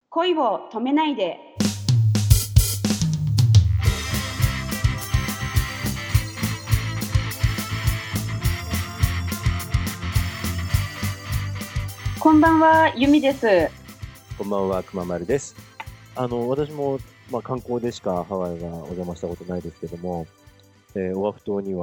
恋を止めないで。こんばんは、ゆみです。 こんばんは、くままるです。私も、観光でしかハワイはお邪魔したことないですけども、オアフ島には、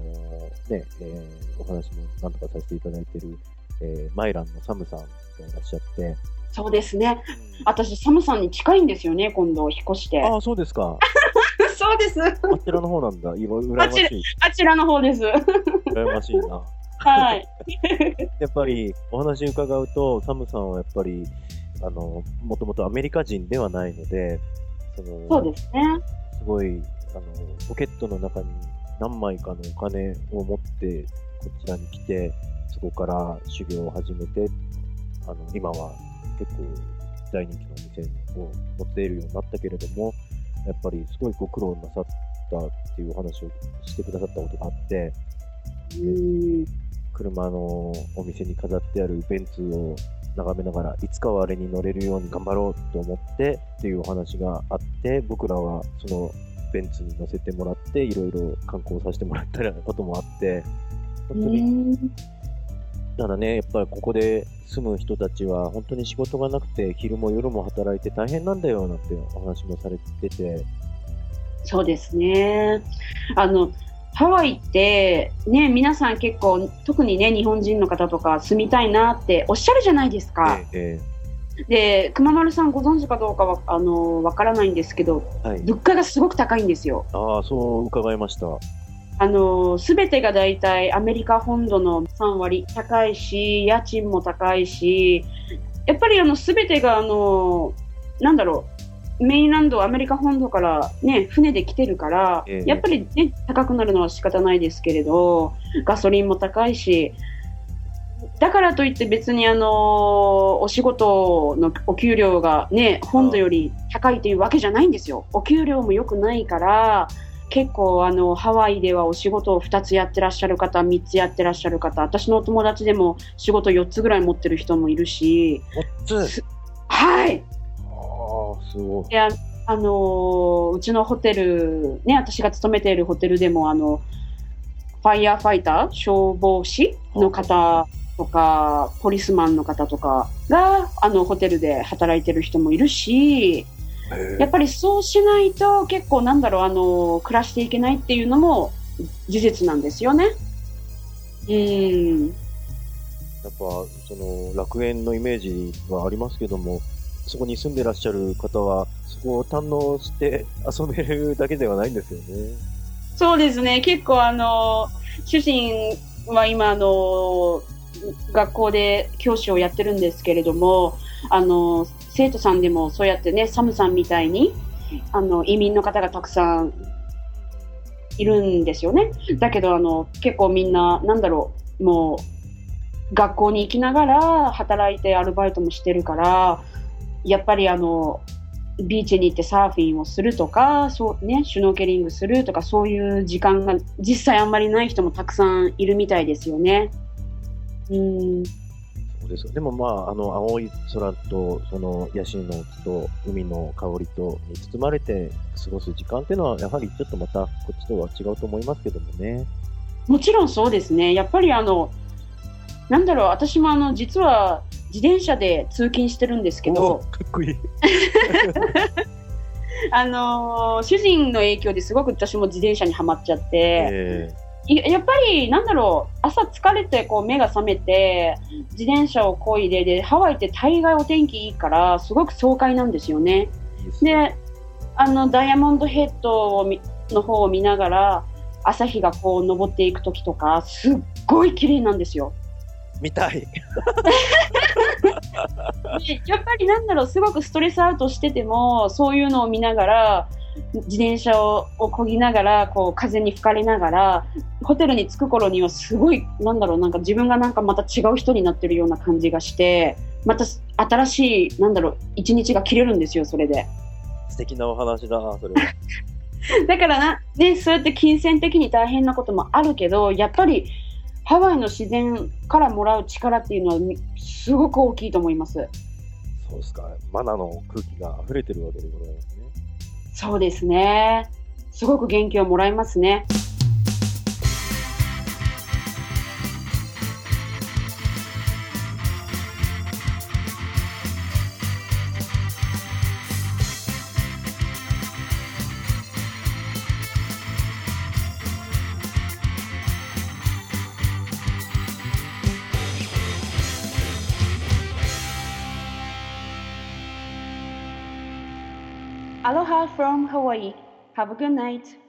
お話も何とかさせていただいている、マイランのサムさんがいらっしゃって。 そうですね。私、サムさんに近いんですよね、今度、引っ越して。 ああ、そうですか。 そうです。あちらの方なんだ。羨ましい。 あちらの方です。 羨ましいな。 はい。 やっぱり、お話伺うと、サムさんはやっぱり、もともとアメリカ人ではないので、 そうですね。 すごい、ポケットの中に何枚かのお金を持ってこちらに来て、そこから修行を始めて、今は結構大人気のお店を持っているようになったけれども、やっぱりすごいご苦労なさったっていうお話をしてくださったことがあって、車のお店に飾ってあるベンツを眺めながら、いつかはあれに乗れるように頑張ろうと思ってっていうお話があって、僕らはそのベンツに乗せてもらっていろいろ観光させてもらったようなこともあって、本当にただね、やっぱりここで住む人たちは本当に仕事がなくて昼も夜も働いて大変なんだよなんてお話もされてて。 そうですね。ハワイってね、皆さん結構特にね、日本人の方とか住みたいなっておっしゃるじゃないですか。で、くままるさんご存知かどうかはわからないんですけど、 はい、 物価がすごく高いんですよ。 ああ、そう伺いました。 すべてがだいたいアメリカ本土の3割高いし、家賃も高いし、やっぱりすべてがなんだろう、メインランドアメリカ本土からね、船で来てるから、やっぱりね、高くなるのは仕方ないですけれど、ガソリンも高いし、だからといって別にお仕事のお給料がね、本土より高いというわけじゃないんですよ。お給料も良くないから、結構ハワイではお仕事を2つやってらっしゃる方、3つやってらっしゃる方、私のお友達でも仕事4つぐらい持ってる人もいるし。 4つ？ はい。 すごい。 で、うちのホテル、ね、私が勤めているホテルでもファイヤーファイター、消防士の方とか、ポリスマンの方とかがホテルで働いてる人もいるし、やっぱりそうしないと結構暮らしていけないっていうのも事実なんですよね。 やっぱ楽園のイメージはありますけども、そこに住んでらっしゃる方はそこを堪能して遊べるだけではないんですよね。 そうですね。結構主人は今学校で教師をやってるんですけれども、生徒さんでもそうやってね、サムさんみたいに移民の方がたくさんいるんですよね。だけど結構みんなもう学校に行きながら働いてアルバイトもしてるから、やっぱりビーチに行ってサーフィンをするとか、そうね、シュノーケリングするとか、そういう時間が実際あんまりない人もたくさんいるみたいですよね。 そうです。でも青い空とそのヤシの木と海の香りとに包まれて過ごす時間っていうのはやはりちょっとまたこっちとは違うと思いますけどもね。もちろんそうですね。やっぱり私も実は自転車で通勤してるんですけど、 かっこいい。 主人の影響ですごく私も自転車にはまっちゃって、やっぱり朝疲れて目が覚めて自転車を漕いで、ハワイって大概お天気いいからすごく爽快なんですよね。で、ダイヤモンドヘッドの方を見ながら朝日が昇っていく時とかすっごい綺麗なんですよ。 見たい。 やっぱりすごくストレスアウトしてても、そういうのを見ながら自転車を漕ぎながら風に吹かれながらホテルに着く頃にはすごい自分がまた違う人になってるような感じがして、また新しい一日が切れるんですよ。それで素敵なお話だそれは。 だからそうやって金銭的に大変なこともあるけど、やっぱりハワイの自然からもらう力っていうのはすごく大きいと思います。 そうですか。マナの空気が溢れてるわけでございますね。 そうですね。すごく元気をもらいますね。Aloha from Hawaii. Have a good night.